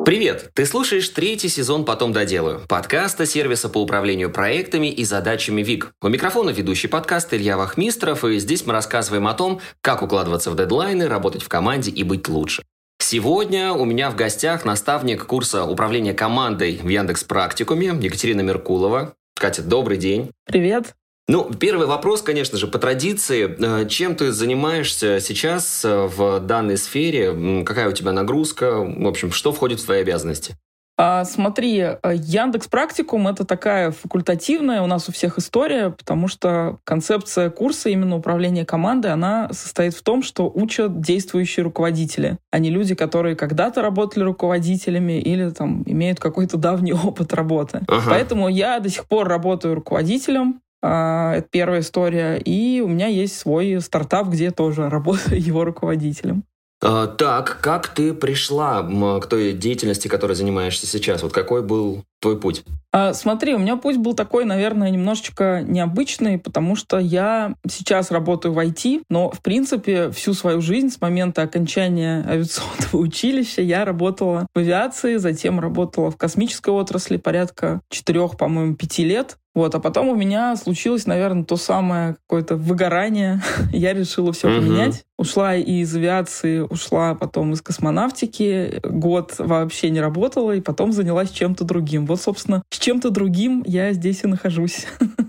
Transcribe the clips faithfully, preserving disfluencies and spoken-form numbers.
Привет! Ты слушаешь третий сезон «Потом доделаю» подкаста сервиса по управлению проектами и задачами ВИК. У микрофона ведущий подкаста Илья Вахмистров, и здесь мы рассказываем о том, как укладываться в дедлайны, работать в команде и быть лучше. Сегодня у меня в гостях наставник курса управления командой в Яндекс.Практикуме Екатерина Меркулова. Катя, добрый день. Привет. Ну, первый вопрос, конечно же, по традиции. Чем ты занимаешься сейчас в данной сфере? Какая у тебя нагрузка? В общем, что входит в твои обязанности? А, смотри, Яндекс.Практикум — это такая факультативная у нас у всех история, потому что концепция курса именно управления командой, она состоит в том, что учат действующие руководители, а не люди, которые когда-то работали руководителями или там имеют какой-то давний опыт работы. Ага. Поэтому я до сих пор работаю руководителем. Это первая история. И у меня есть свой стартап, где я тоже работаю его руководителем. А, так, как ты пришла к той деятельности, которой занимаешься сейчас? Вот какой был твой путь? А, смотри, у меня путь был такой, наверное, немножечко необычный, потому что я сейчас работаю в ай ти, но, в принципе, всю свою жизнь с момента окончания авиационного училища я работала в авиации, затем работала в космической отрасли порядка четырех, по-моему, пяти лет. Вот, а потом у меня случилось, наверное, то самое какое-то выгорание. Я решила все uh-huh. поменять. Ушла из авиации, ушла потом из космонавтики. Год вообще не работала, и потом занялась чем-то другим. Вот, собственно, с чем-то другим я здесь и нахожусь.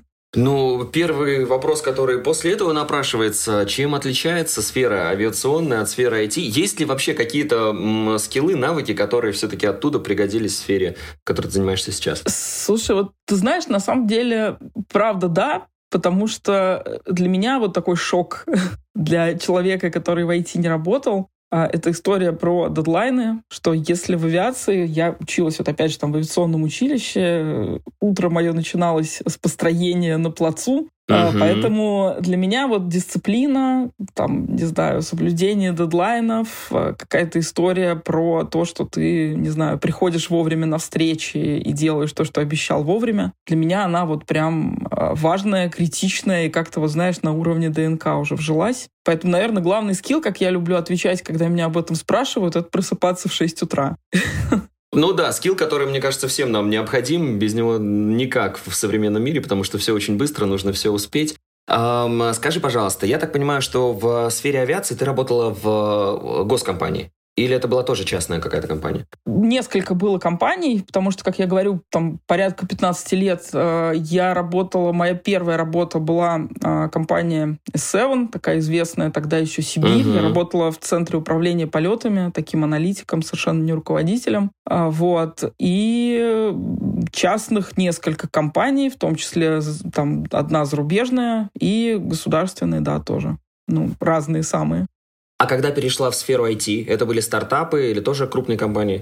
Ну, первый вопрос, который после этого напрашивается, чем отличается сфера авиационная от сферы ай ти? Есть ли вообще какие-то м, скиллы, навыки, которые все-таки оттуда пригодились в сфере, которой ты занимаешься сейчас? Слушай, вот ты знаешь, на самом деле, правда, да, потому что для меня вот такой шок для человека, который в ай ти не работал, это история про дедлайны, что если в авиации, я училась вот опять же там в авиационном училище, утро мое начиналось с построения на плацу, Uh-huh. Поэтому для меня вот дисциплина, там, не знаю, соблюдение дедлайнов, какая-то история про то, что ты, не знаю, приходишь вовремя на встречи и делаешь то, что обещал вовремя. Для меня она вот прям важная, критичная и как-то, вот знаешь, на уровне ДНК уже вжилась. Поэтому, наверное, главный скилл, как я люблю отвечать, когда меня об этом спрашивают, это просыпаться в шесть утра. Ну да, скилл, который, мне кажется, всем нам необходим. Без него никак в современном мире, потому что все очень быстро, нужно все успеть. Эм, скажи, пожалуйста, я так понимаю, что в сфере авиации ты работала в госкомпании? Или это была тоже частная какая-то компания? Несколько было компаний, потому что, как я говорю, там порядка пятнадцать лет э, я работала, моя первая работа была э, компания эс семь, такая известная тогда еще Сибирь. Uh-huh. Я работала в центре управления полетами, таким аналитиком, совершенно не руководителем. Э, вот. И частных несколько компаний, в том числе там одна зарубежная и государственные, да, тоже. Ну, разные самые. А когда перешла в сферу ай ти, это были стартапы или тоже крупные компании?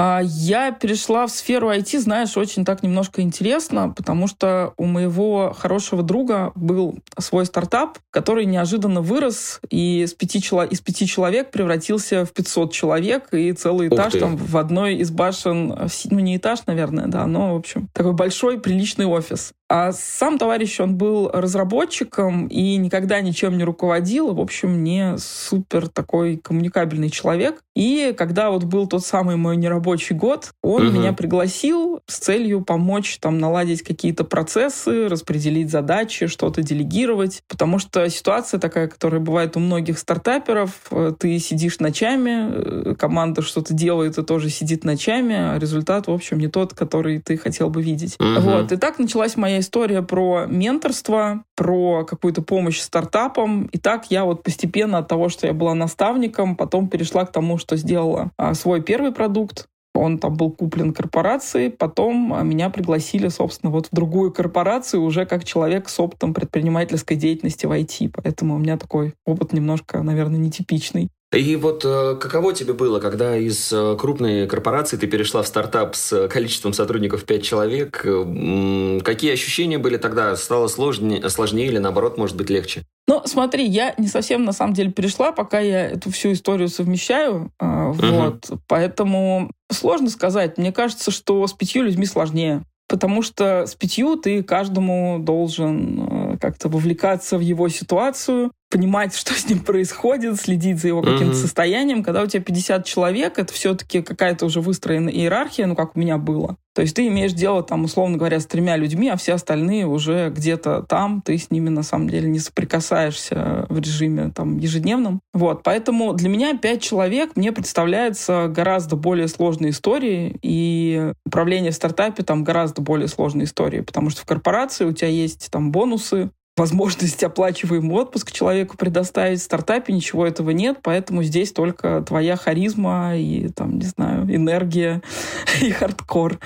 Я перешла в сферу ай ти, знаешь, очень так немножко интересно, потому что у моего хорошего друга был свой стартап, который неожиданно вырос и из пяти, из пяти человек превратился в пятьсот человек, и целый этаж там в одной из башен, ну не этаж, наверное, да, но, в общем, такой большой приличный офис. А сам товарищ, он был разработчиком и никогда ничем не руководил, в общем, не супер такой коммуникабельный человек. И когда вот был тот самый мой нерабочий год, он uh-huh. меня пригласил с целью помочь там наладить какие-то процессы, распределить задачи, что-то делегировать. Потому что ситуация такая, которая бывает у многих стартаперов, ты сидишь ночами, команда что-то делает и тоже сидит ночами, а результат, в общем, не тот, который ты хотел бы видеть. Uh-huh. Вот. И так началась моя история про менторство, про какую-то помощь стартапам. И так я вот постепенно от того, что я была наставником, потом перешла к тому, что сделала а, свой первый продукт. Он там был куплен корпорацией. Потом а, меня пригласили, собственно, вот в другую корпорацию уже как человек с опытом предпринимательской деятельности в ай ти. Поэтому у меня такой опыт немножко, наверное, нетипичный. И вот э, каково тебе было, когда из э, крупной корпорации ты перешла в стартап с количеством сотрудников пять человек? Э, какие ощущения были тогда? Стало сложнее, сложнее или, наоборот, может быть, легче? Ну, смотри, я не совсем, на самом деле, перешла, пока я эту всю историю совмещаю. Э, uh-huh. Вот. Поэтому сложно сказать. Мне кажется, что с пятью людьми сложнее. Потому что с пятью ты каждому должен как-то вовлекаться в его ситуацию, понимать, что с ним происходит, следить за его каким-то mm-hmm. состоянием. Когда у тебя пятьдесят человек, это все-таки какая-то уже выстроена иерархия, ну, как у меня было. То есть ты имеешь дело, там, условно говоря, с тремя людьми, а все остальные уже где-то там, ты с ними, на самом деле, не соприкасаешься в режиме там, ежедневном. Вот. Поэтому для меня пять человек мне представляется гораздо более сложной историей, и управление в стартапе там гораздо более сложной историей, потому что в корпорации у тебя есть там бонусы, возможность оплачиваемый отпуск человеку предоставить. В стартапе ничего этого нет, поэтому здесь только твоя харизма и, там, не знаю, энергия и хардкор.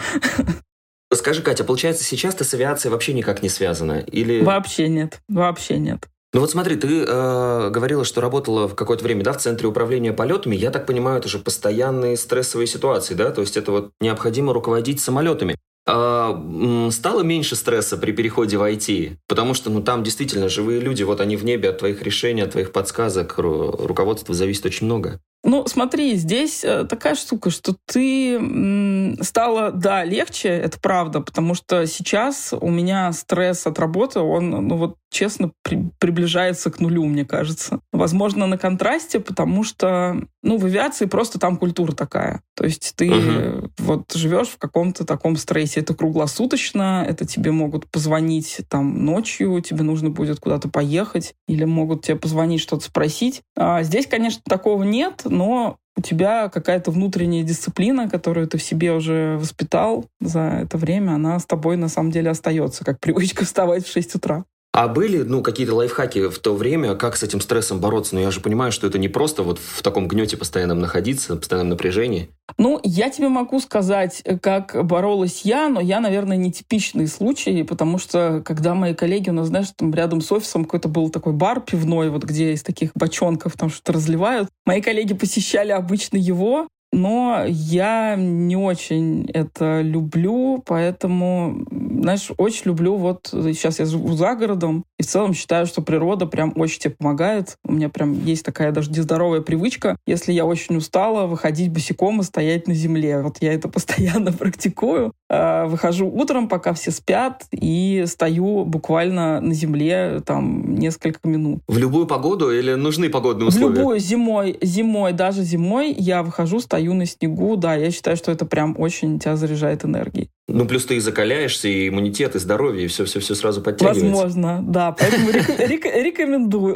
Скажи, Катя, получается, сейчас ты с авиацией вообще никак не связана? Или... Вообще нет, вообще нет. Ну вот смотри, ты э, говорила, что работала в какое-то время, да, в Центре управления полетами. Я так понимаю, это же постоянные стрессовые ситуации, да? То есть это вот необходимо руководить самолетами. А, стало меньше стресса при переходе в ай ти? Потому что, ну, там действительно живые люди, вот они в небе, от твоих решений, от твоих подсказок, ру- руководства зависит очень много. Ну, смотри, здесь такая штука, что ты м, стало, да, легче, это правда, потому что сейчас у меня стресс от работы, он, ну вот, честно, при, приближается к нулю, мне кажется. Возможно, на контрасте, потому что, ну, в авиации просто там культура такая. То есть ты uh-huh. вот живешь в каком-то таком стрессе. Это круглосуточно, это тебе могут позвонить там ночью, тебе нужно будет куда-то поехать, или могут тебе позвонить, что-то спросить. А здесь, конечно, такого нет, но у тебя какая-то внутренняя дисциплина, которую ты в себе уже воспитал за это время, она с тобой на самом деле остается, как привычка вставать в шесть утра. А были, ну, какие-то лайфхаки в то время, как с этим стрессом бороться? Но я же понимаю, что это не просто вот в таком гнете постоянном находиться, постоянном напряжении. Ну, я тебе могу сказать, как боролась я, но я, наверное, не типичный случай, потому что, когда мои коллеги, у нас, знаешь, там рядом с офисом какой-то был такой бар пивной, вот где из таких бочонков там что-то разливают. Мои коллеги посещали обычно его, но я не очень это люблю, поэтому, знаешь, очень люблю, вот сейчас я живу за городом, и в целом считаю, что природа прям очень тебе помогает. У меня прям есть такая даже нездоровая привычка, если я очень устала, выходить босиком и стоять на земле. Вот я это постоянно практикую. Выхожу утром, пока все спят, и стою буквально на земле там несколько минут. В любую погоду или нужны погодные условия? В любую, зимой, зимой, даже зимой я выхожу, стою на снегу, да, я считаю, что это прям очень тебя заряжает энергией. Ну, плюс ты и закаляешься, и иммунитет, и здоровье, и все-все-все сразу подтягивается. Возможно, да, поэтому рекомендую.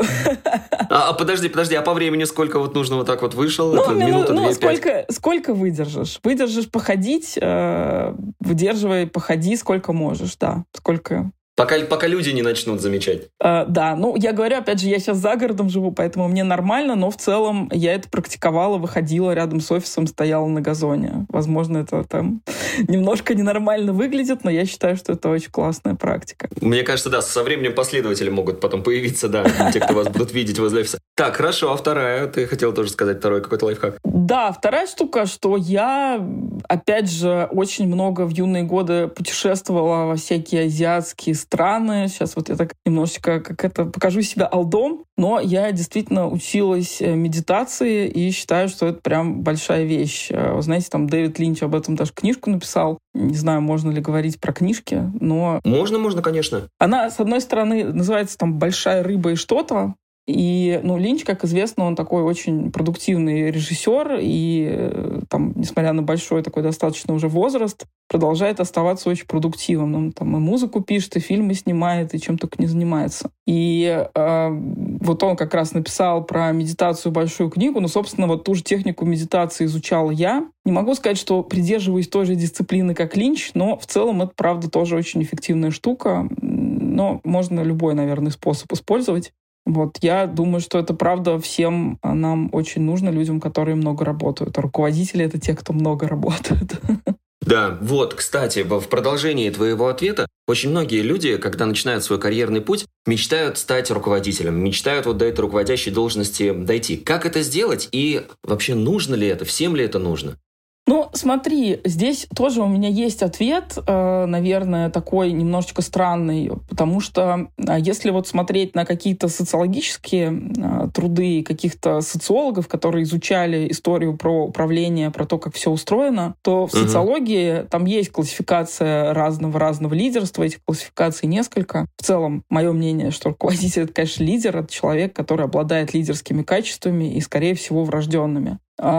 А подожди, подожди, а по времени сколько вот нужно вот так вот вышел? Минута, две, пять? Сколько выдержишь? Выдержишь походить, выдерживай, походи сколько можешь, да, сколько... Пока, пока люди не начнут замечать. Uh, да, ну, я говорю, опять же, я сейчас за городом живу, поэтому мне нормально, но в целом я это практиковала, выходила рядом с офисом, стояла на газоне. Возможно, это там немножко ненормально выглядит, но я считаю, что это очень классная практика. Мне кажется, да, со временем последователи могут потом появиться, да, те, кто вас будут видеть возле офиса. Так, хорошо, а вторая? Ты хотела тоже сказать второй какой-то лайфхак? Да, вторая штука, что я, опять же, очень много в юные годы путешествовала во всякие азиатские страны. Сейчас вот я так немножечко как это покажу себя олдом, но я действительно училась медитации и считаю, что это прям большая вещь. Вы знаете, там Дэвид Линч об этом даже книжку написал. Не знаю, можно ли говорить про книжки, но... Можно, можно, конечно. Она, с одной стороны, называется там «Большая рыба и что-то». И, ну, Линч, как известно, он такой очень продуктивный режиссер, и там, несмотря на большой такой достаточно уже возраст, продолжает оставаться очень продуктивным. Он там и музыку пишет, и фильмы снимает, и чем только не занимается. И э, вот он как раз написал про медитацию большую книгу, но, собственно, вот ту же технику медитации изучала я. Не могу сказать, что придерживаюсь той же дисциплины, как Линч, но в целом это, правда, тоже очень эффективная штука. Но можно любой, наверное, способ использовать. Вот, я думаю, что это правда всем нам очень нужно, людям, которые много работают. А руководители — это те, кто много работает. Да, вот, кстати, в продолжении твоего ответа, очень многие люди, когда начинают свой карьерный путь, мечтают стать руководителем, мечтают вот до этой руководящей должности дойти. Как это сделать и вообще нужно ли это, всем ли это нужно? Ну, смотри, здесь тоже у меня есть ответ, наверное, такой немножечко странный, потому что если вот смотреть на какие-то социологические труды каких-то социологов, которые изучали историю про управление, про то, как все устроено, то в угу. социологии там есть классификация разного-разного лидерства, этих классификаций несколько. В целом, мое мнение, что руководитель — это, конечно, лидер, это человек, который обладает лидерскими качествами и, скорее всего, врожденными.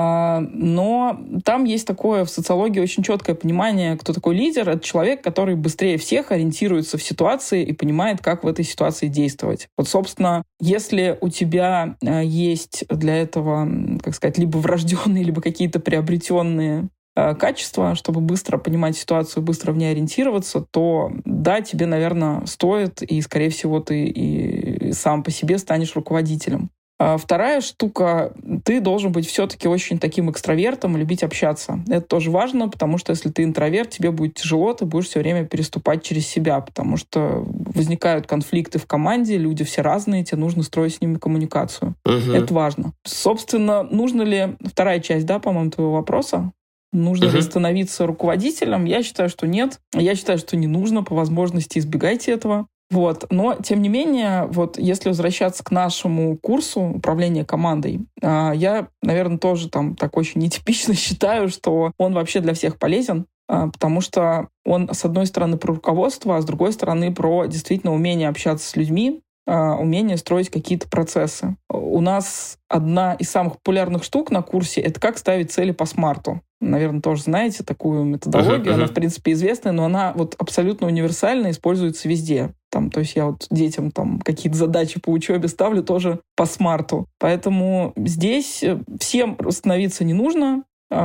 Но там есть такое в социологии очень четкое понимание, кто такой лидер. Это человек, который быстрее всех ориентируется в ситуации и понимает, как в этой ситуации действовать. Вот, собственно, если у тебя есть для этого, как сказать, либо врожденные, либо какие-то приобретенные качества, чтобы быстро понимать ситуацию, быстро в ней ориентироваться, то да, тебе, наверное, стоит, и, скорее всего, ты и сам по себе станешь руководителем. А вторая штука, ты должен быть все-таки очень таким экстравертом и любить общаться. Это тоже важно, потому что если ты интроверт, тебе будет тяжело, ты будешь все время переступать через себя, потому что возникают конфликты в команде, люди все разные, тебе нужно строить с ними коммуникацию. Угу. Это важно. Собственно, нужно ли... Вторая часть, да, по-моему, твоего вопроса. Нужно uh-huh. ли становиться руководителем? Я считаю, что нет. Я считаю, что не нужно. По возможности избегайте этого. Вот. Но, тем не менее, вот если возвращаться к нашему курсу управления командой, я, наверное, тоже там так очень нетипично считаю, что он вообще для всех полезен, потому что он, с одной стороны, про руководство, а с другой стороны, про действительно умение общаться с людьми, умение строить какие-то процессы. У нас одна из самых популярных штук на курсе — это как ставить цели по смарту. Наверное, тоже знаете такую методологию. Uh-huh, uh-huh. Она, в принципе, известная, но она вот абсолютно универсальна, используется везде. Там, то есть я вот детям там какие-то задачи по учебе ставлю тоже по смарту. Поэтому здесь всем становиться не нужно,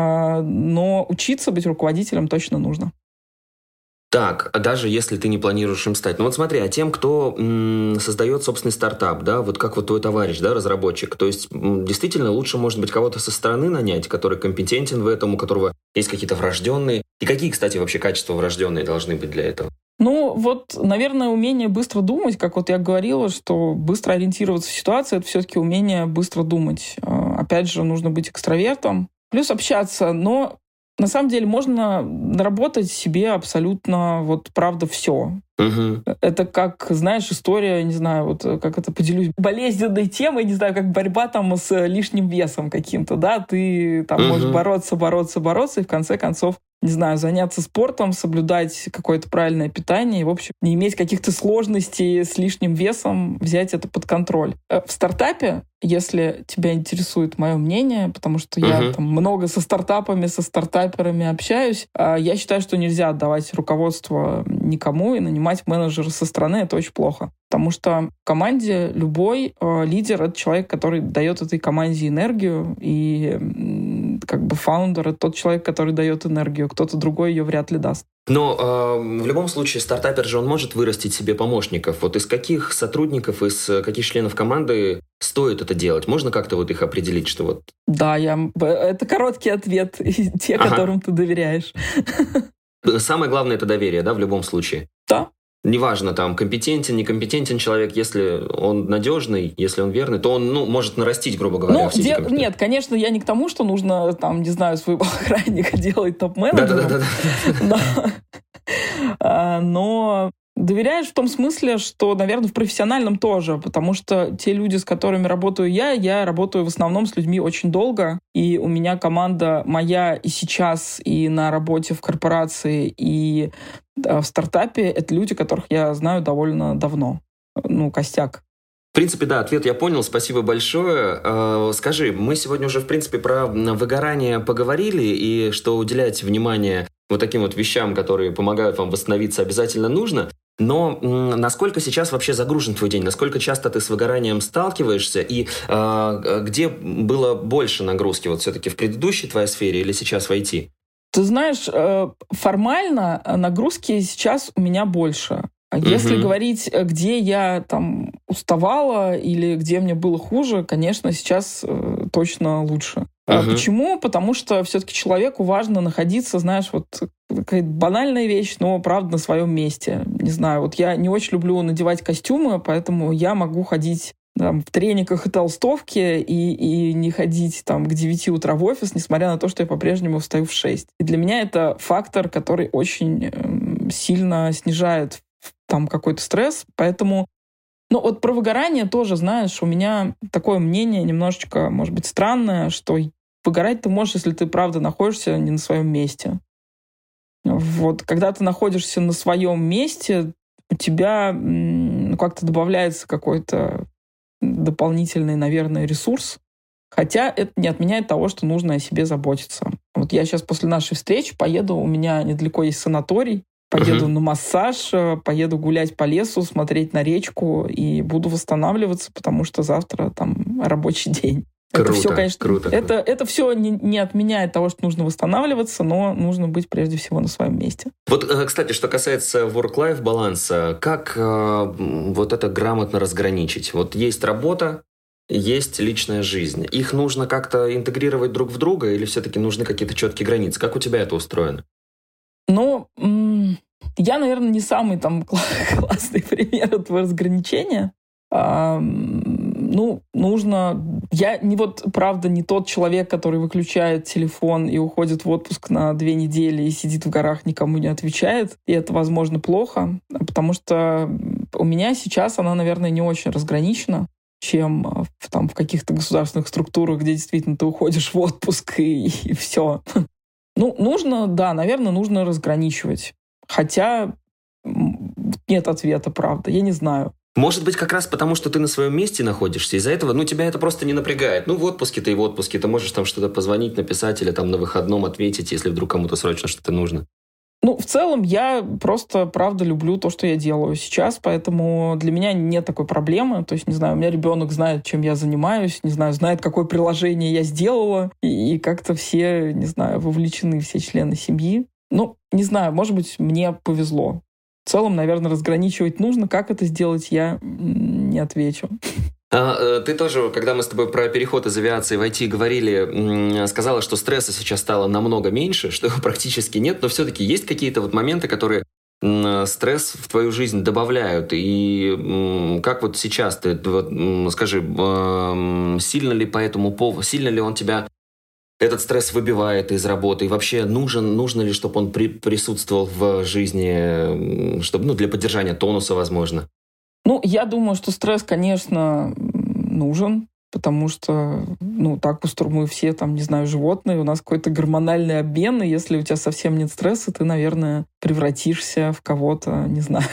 но учиться быть руководителем точно нужно. Так, даже если ты не планируешь им стать. Ну вот смотри, а тем, кто м, создает собственный стартап, да, вот как вот твой товарищ, да, разработчик, то есть м, действительно лучше, может быть, кого-то со стороны нанять, который компетентен в этом, у которого есть какие-то врожденные. И какие, кстати, вообще качества врожденные должны быть для этого? Ну, вот, наверное, умение быстро думать, как вот я говорила, что быстро ориентироваться в ситуации — это все-таки умение быстро думать. Опять же, нужно быть экстравертом, плюс общаться, но на самом деле можно наработать себе абсолютно, вот, правда, все. Угу. Это как, знаешь, история, не знаю, вот как это поделюсь, болезненной темой, не знаю, как борьба там с лишним весом каким-то, да, ты там угу. можешь бороться, бороться, бороться, и в конце концов, не знаю, заняться спортом, соблюдать какое-то правильное питание и, в общем, не иметь каких-то сложностей с лишним весом, взять это под контроль. В стартапе, если тебя интересует мое мнение, потому что uh-huh. я там много со стартапами, со стартаперами общаюсь, я считаю, что нельзя отдавать руководство никому и нанимать менеджера со стороны. Это очень плохо. Потому что в команде любой э, лидер — это человек, который дает этой команде энергию, и м, как бы фаундер — это тот человек, который дает энергию, кто-то другой ее вряд ли даст. Но э, в любом случае стартапер же он может вырастить себе помощников. Вот из каких сотрудников, из каких членов команды стоит это делать? Можно как-то вот их определить, что вот... Да, я... это короткий ответ, те, ага. которым ты доверяешь. Самое главное — это доверие, да, в любом случае? Да. Неважно, там, компетентен, некомпетентен человек, если он надежный, если он верный, то он, ну, может нарастить, грубо говоря, ну, все де- эти Нет, конечно, я не к тому, что нужно, там, не знаю, своего охранника делать топ-менеджером. Да-да-да. Но доверяешь в том смысле, что, наверное, в профессиональном тоже, потому что те люди, с которыми работаю я, я работаю в основном с людьми очень долго, и у меня команда моя и сейчас, и на работе в корпорации, и в стартапе — это люди, которых я знаю довольно давно. Ну, костяк. В принципе, да, ответ я понял, спасибо большое. Скажи, мы сегодня уже, в принципе, про выгорание поговорили, и что уделять внимание вот таким вот вещам, которые помогают вам восстановиться, обязательно нужно. Но м, насколько сейчас вообще загружен твой день? Насколько часто ты с выгоранием сталкиваешься? И э, где было больше нагрузки? Вот все-таки в предыдущей твоей сфере или сейчас в ай ти? Ты знаешь, формально нагрузки сейчас у меня больше. Если угу. говорить, где я там уставала или где мне было хуже, конечно, сейчас э, точно лучше. Угу. Почему? Потому что все-таки человеку важно находиться, знаешь, вот какая-то банальная вещь, но, правда, на своем месте. Не знаю, вот я не очень люблю надевать костюмы, поэтому я могу ходить там, в трениках и толстовке и, и не ходить там к девяти утра в офис, несмотря на то, что я по-прежнему встаю в шесть. И для меня это фактор, который очень э, сильно снижает там какой-то стресс. Поэтому, ну вот про выгорание тоже, знаешь, у меня такое мнение немножечко, может быть, странное, что выгорать ты можешь, если ты, правда, находишься не на своем месте. Вот, когда ты находишься на своем месте, у тебя ну, как-то добавляется какой-то дополнительный, наверное, ресурс. Хотя это не отменяет того, что нужно о себе заботиться. Вот я сейчас после нашей встречи поеду, у меня недалеко есть санаторий, поеду uh-huh. на массаж, поеду гулять по лесу, смотреть на речку и буду восстанавливаться, потому что завтра там рабочий день. Круто, это все, конечно, круто. Это, это все не, не отменяет того, что нужно восстанавливаться, но нужно быть прежде всего на своем месте. Вот, кстати, что касается work-life баланса, как э, вот это грамотно разграничить? Вот есть работа, есть личная жизнь. Их нужно как-то интегрировать друг в друга или все-таки нужны какие-то четкие границы? Как у тебя это устроено? Ну, м- я, наверное, не самый там классный пример этого разграничения. А, ну, нужно... Я, не вот, правда, не тот человек, который выключает телефон и уходит в отпуск на две недели и сидит в горах, никому не отвечает. И это, возможно, плохо, потому что у меня сейчас она, наверное, не очень разграничена, чем в, там, в каких-то государственных структурах, где действительно ты уходишь в отпуск и, и все. Ну, нужно, да, наверное, нужно разграничивать. Хотя нет ответа, правда. Я не знаю. Может быть, как раз потому, что ты на своем месте находишься, из-за этого, ну, тебя это просто не напрягает. Ну, в отпуске ты и в отпуске, ты можешь там что-то позвонить, написать или там на выходном ответить, если вдруг кому-то срочно что-то нужно. Ну, в целом, я просто, правда, люблю то, что я делаю сейчас, поэтому для меня нет такой проблемы. То есть, не знаю, у меня ребенок знает, чем я занимаюсь, не знаю, знает, какое приложение я сделала, и, и как-то все, не знаю, вовлечены, все члены семьи. Ну, не знаю, может быть, мне повезло. В целом, наверное, разграничивать нужно. Как это сделать, я не отвечу. А, ты тоже, когда мы с тобой про переход из авиации в ай ти говорили, сказала, что стресса сейчас стало намного меньше, что его практически нет, но все-таки есть какие-то вот моменты, которые стресс в твою жизнь добавляют. И как вот сейчас ты, вот, скажи, сильно ли по этому поводу, сильно ли он тебя... Этот стресс выбивает из работы? И вообще нужен, нужно ли, чтобы он при, присутствовал в жизни, чтобы, ну, для поддержания тонуса, возможно? Ну, я думаю, что стресс, конечно, нужен, потому что, ну, так устроены мы все, там, не знаю, животные, у нас какой-то гормональный обмен, и если у тебя совсем нет стресса, ты, наверное, превратишься в кого-то, не знаю...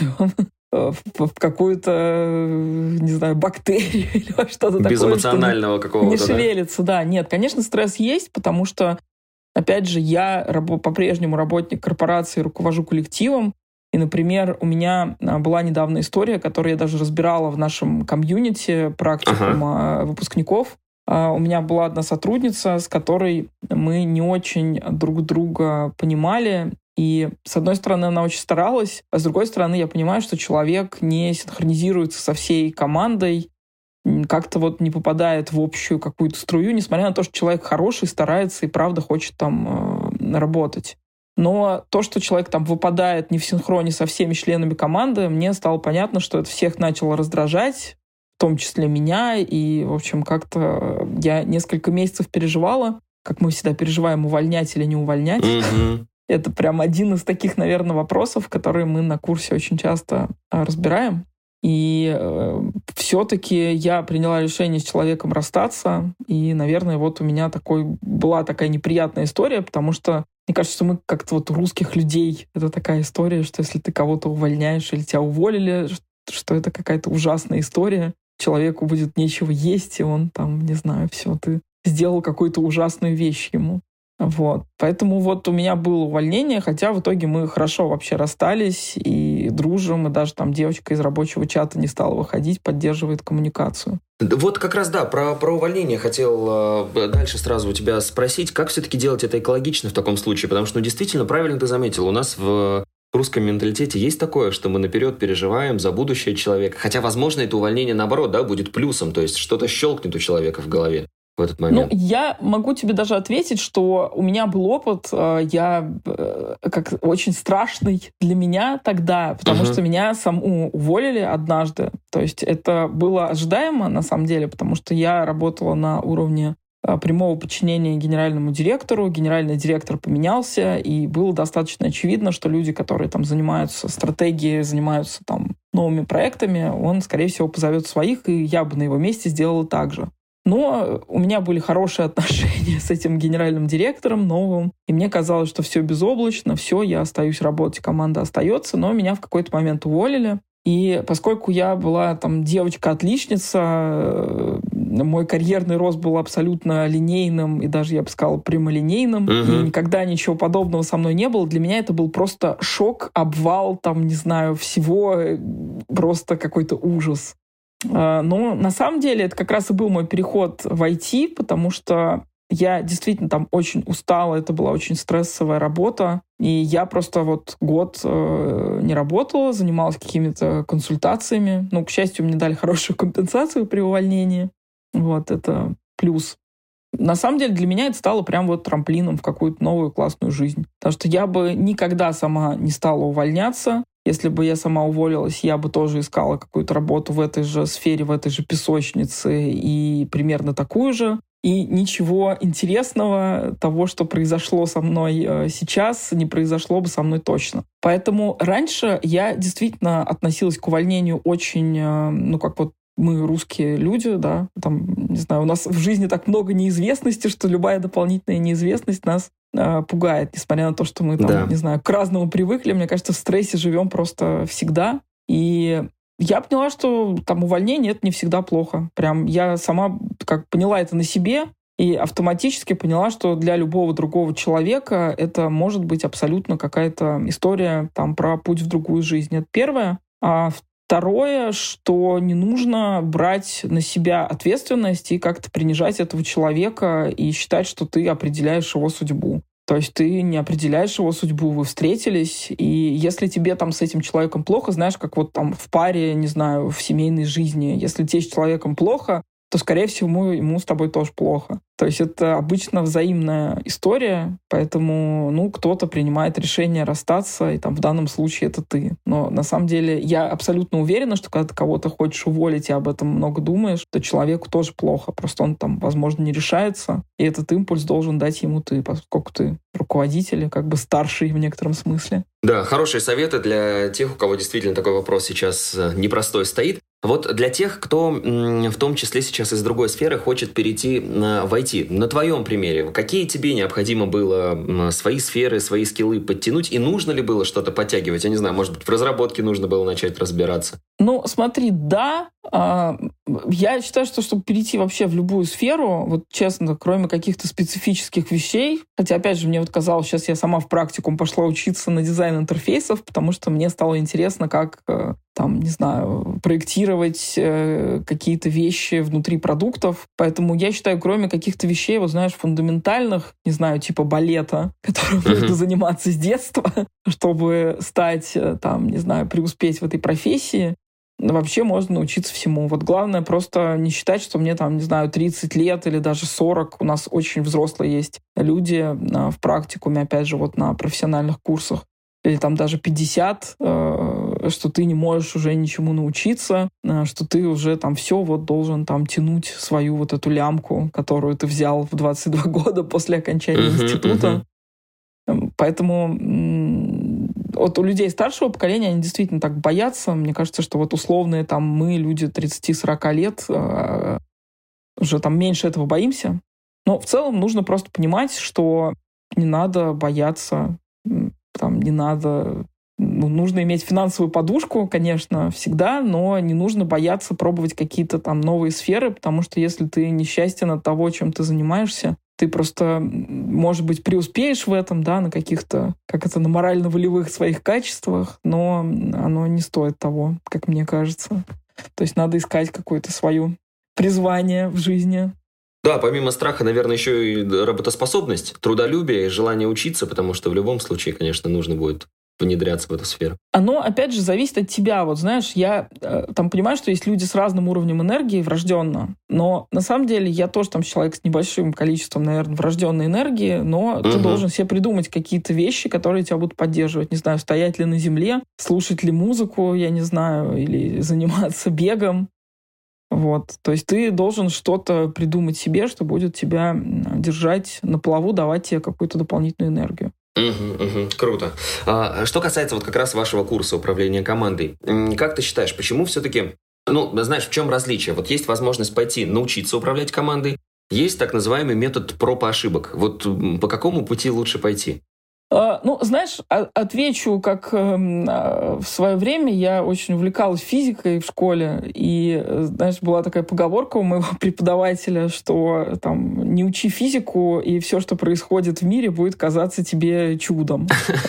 в какую-то, не знаю, бактерию или что-то такое. Безэмоционального какого-то, не шевелится, да? да. Нет, конечно, стресс есть, потому что, опять же, я по-прежнему работник корпорации, руковожу коллективом. И, например, у меня была недавно история, которую я даже разбирала в нашем комьюнити практикум ага. выпускников. У меня была одна сотрудница, с которой мы не очень друг друга понимали. И, с одной стороны, она очень старалась, а с другой стороны, я понимаю, что человек не синхронизируется со всей командой, как-то вот не попадает в общую какую-то струю, несмотря на то, что человек хороший, старается и правда хочет там э, работать. Но то, что человек там выпадает не в синхроне со всеми членами команды, мне стало понятно, что это всех начало раздражать, в том числе меня, и, в общем, как-то я несколько месяцев переживала, как мы всегда переживаем, увольнять или не увольнять. Mm-hmm. Это прям один из таких, наверное, вопросов, которые мы на курсе очень часто разбираем. И э, все-таки я приняла решение с человеком расстаться. И, наверное, вот у меня такой, была такая неприятная история, потому что мне кажется, что мы как-то вот у русских людей это такая история, что если ты кого-то увольняешь или тебя уволили, что это какая-то ужасная история. Человеку будет нечего есть, и он там, не знаю, все, ты сделал какую-то ужасную вещь ему. Вот. Поэтому вот у меня было увольнение, хотя в итоге мы хорошо вообще расстались и дружим, и даже там девочка из рабочего чата не стала выходить, поддерживает коммуникацию. Вот как раз, да, про, про увольнение хотел э, дальше сразу у тебя спросить, как все-таки делать это экологично в таком случае, потому что, ну, действительно, правильно ты заметил, у нас в русском менталитете есть такое, что мы наперед переживаем за будущее человека, хотя, возможно, это увольнение, наоборот, да, будет плюсом, то есть что-то щелкнет у человека в голове. в этот момент? Ну, я могу тебе даже ответить, что у меня был опыт, я как очень страшный для меня тогда, потому uh-huh. что меня саму уволили однажды. То есть это было ожидаемо, на самом деле, потому что я работала на уровне прямого подчинения генеральному директору. Генеральный директор поменялся, и было достаточно очевидно, что люди, которые там занимаются стратегией, занимаются там новыми проектами, он, скорее всего, позовет своих, и я бы на его месте сделала так же. Но у меня были хорошие отношения с этим генеральным директором новым, и мне казалось, что все безоблачно, все, я остаюсь работать, команда остается, но меня в какой-то момент уволили. И поскольку я была там девочка-отличница, мой карьерный рост был абсолютно линейным, и даже, я бы сказала, прямолинейным, uh-huh. и никогда ничего подобного со мной не было, для меня это был просто шок, обвал, там, не знаю, всего, просто какой-то ужас. Но на самом деле это как раз и был мой переход в ай ти, потому что я действительно там очень устала, это была очень стрессовая работа, и я просто вот год э, не работала, занималась какими-то консультациями. Ну, к счастью, мне дали хорошую компенсацию при увольнении. Вот, это плюс. На самом деле для меня это стало прям вот трамплином в какую-то новую классную жизнь. Потому что я бы никогда сама не стала увольняться. Если бы я сама уволилась, я бы тоже искала какую-то работу в этой же сфере, в этой же песочнице и примерно такую же. И ничего интересного того, что произошло со мной сейчас, не произошло бы со мной точно. Поэтому раньше я действительно относилась к увольнению очень, ну, как вот мы русские люди, да, там, не знаю, у нас в жизни так много неизвестности, что любая дополнительная неизвестность нас э, пугает, несмотря на то, что мы там, да. не знаю, к разному привыкли. Мне кажется, в стрессе живем просто всегда. И я поняла, что там увольнение — это не всегда плохо. Прям я сама как поняла это на себе и автоматически поняла, что для любого другого человека это может быть абсолютно какая-то история там про путь в другую жизнь. Это первое. А второе, что не нужно брать на себя ответственность и как-то принижать этого человека и считать, что ты определяешь его судьбу. То есть ты не определяешь его судьбу, вы встретились, и если тебе там с этим человеком плохо, знаешь, как вот там в паре, не знаю, в семейной жизни, если тебе с человеком плохо, то, скорее всего, ему с тобой тоже плохо. То есть это обычно взаимная история, поэтому, ну, кто-то принимает решение расстаться, и там в данном случае это ты. Но на самом деле я абсолютно уверена, что когда ты кого-то хочешь уволить и об этом много думаешь, то человеку тоже плохо. Просто он там, возможно, не решается, и этот импульс должен дать ему ты, поскольку ты руководитель и как бы старший в некотором смысле. Да, хорошие советы для тех, у кого действительно такой вопрос сейчас непростой стоит. Вот для тех, кто в том числе сейчас из другой сферы хочет перейти в ай ти, на твоем примере, какие тебе необходимо было свои сферы, свои скиллы подтянуть, и нужно ли было что-то подтягивать? Я не знаю, может быть, в разработке нужно было начать разбираться? Ну, смотри, да. Я считаю, что чтобы перейти вообще в любую сферу, вот честно, кроме каких-то специфических вещей, хотя, опять же, мне вот казалось, сейчас я сама в практикум пошла учиться на дизайн интерфейсов, потому что мне стало интересно, как, там, не знаю, проектировать какие-то вещи внутри продуктов. Поэтому я считаю, кроме каких-то вещей, вот знаешь, фундаментальных, не знаю, типа балета, которым uh-huh. нужно заниматься с детства, чтобы стать, там, не знаю, преуспеть в этой профессии, вообще можно научиться всему. Вот главное просто не считать, что мне там, не знаю, тридцать лет или даже сорок. У нас очень взрослые есть люди в практикуме, опять же, вот на профессиональных курсах. Или там даже пятьдесят, что ты не можешь уже ничему научиться, что ты уже там все вот должен там тянуть свою вот эту лямку, которую ты взял в двадцать два года после окончания uh-huh, института. Uh-huh. Поэтому вот у людей старшего поколения они действительно так боятся. Мне кажется, что вот условные там мы, люди тридцать-сорок лет, э, уже там меньше этого боимся. Но в целом нужно просто понимать, что не надо бояться, там, не надо... Ну, нужно иметь финансовую подушку, конечно, всегда, но не нужно бояться пробовать какие-то там новые сферы, потому что если ты несчастен от того, чем ты занимаешься, ты просто, может быть, преуспеешь в этом, да, на каких-то, как это, на морально-волевых своих качествах, но оно не стоит того, как мне кажется. То есть надо искать какое-то свое призвание в жизни. Да, помимо страха, наверное, еще и работоспособность, трудолюбие и желание учиться, потому что в любом случае, конечно, нужно будет внедряться в эту сферу? Оно, опять же, зависит от тебя. Вот знаешь, я э, там понимаю, что есть люди с разным уровнем энергии врожденно, но на самом деле я тоже там человек с небольшим количеством, наверное, врожденной энергии, но угу. ты должен себе придумать какие-то вещи, которые тебя будут поддерживать. Не знаю, стоять ли на земле, слушать ли музыку, я не знаю, или заниматься бегом. Вот. То есть ты должен что-то придумать себе, что будет тебя держать на плаву, давать тебе какую-то дополнительную энергию. Угу, угу, круто. А, что касается вот как раз вашего курса управления командой, как ты считаешь, почему все-таки, ну, знаешь, в чем различие? Вот есть возможность пойти научиться управлять командой, есть так называемый метод проб и ошибок. Вот по какому пути лучше пойти? Uh, ну, знаешь, отвечу, как uh, в свое время я очень увлекалась физикой в школе, и, знаешь, была такая поговорка у моего преподавателя, что там не учи физику, и все, что происходит в мире, будет казаться тебе чудом.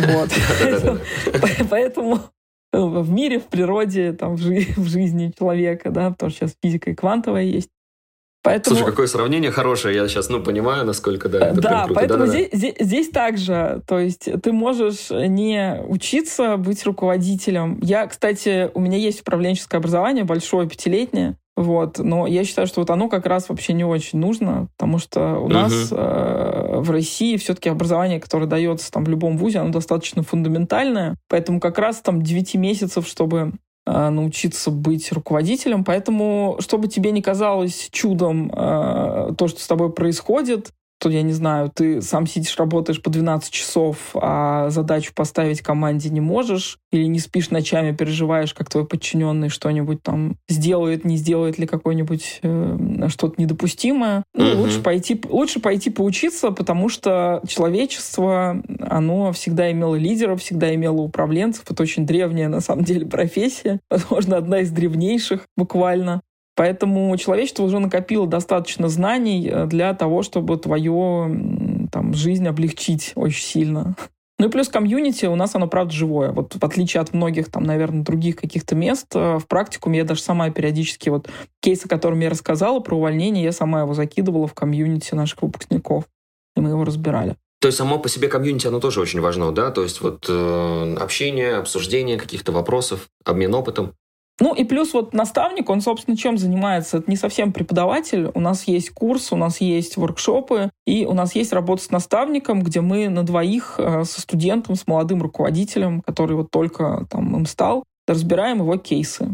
Поэтому в мире, в природе, там, в жизни человека, да, потому что сейчас физика и квантовая есть. Поэтому... Слушай, какое сравнение хорошее, я сейчас, ну, понимаю, насколько, да, это да, прям круто. Поэтому да, здесь, да. здесь, здесь также, то есть ты можешь не учиться быть руководителем. Я, кстати, у меня есть управленческое образование, большое, пятилетнее, вот, но я считаю, что вот оно как раз вообще не очень нужно, потому что у угу. нас э, в России все-таки образование, которое дается там в любом вузе, оно достаточно фундаментальное, поэтому как раз там девять месяцев, чтобы научиться быть руководителем. Поэтому, чтобы тебе не казалось чудом э, то, что с тобой происходит, то, я не знаю, ты сам сидишь, работаешь по двенадцать часов, а задачу поставить команде не можешь, или не спишь ночами, переживаешь, как твой подчиненный что-нибудь там сделает, не сделает ли какое-нибудь э, что-то недопустимое. Ну, uh-huh. лучше пойти, лучше пойти поучиться, потому что человечество, оно всегда имело лидеров, всегда имело управленцев. Это очень древняя, на самом деле, профессия. Возможно, одна из древнейших буквально. Поэтому человечество уже накопило достаточно знаний для того, чтобы твою там, жизнь облегчить очень сильно. Ну и плюс комьюнити у нас оно, правда, живое. Вот в отличие от многих, там, наверное, других каких-то мест, в практикуме я даже сама периодически, вот кейс, о котором я рассказала про увольнение, я сама его закидывала в комьюнити наших выпускников, и мы его разбирали. То есть само по себе комьюнити, оно тоже очень важно, да? То есть вот э, общение, обсуждение каких-то вопросов, обмен опытом. Ну и плюс вот наставник, он, собственно, чем занимается? Это не совсем преподаватель. У нас есть курс, у нас есть воркшопы, и у нас есть работа с наставником, где мы на двоих со студентом, с молодым руководителем, который вот только там им стал, разбираем его кейсы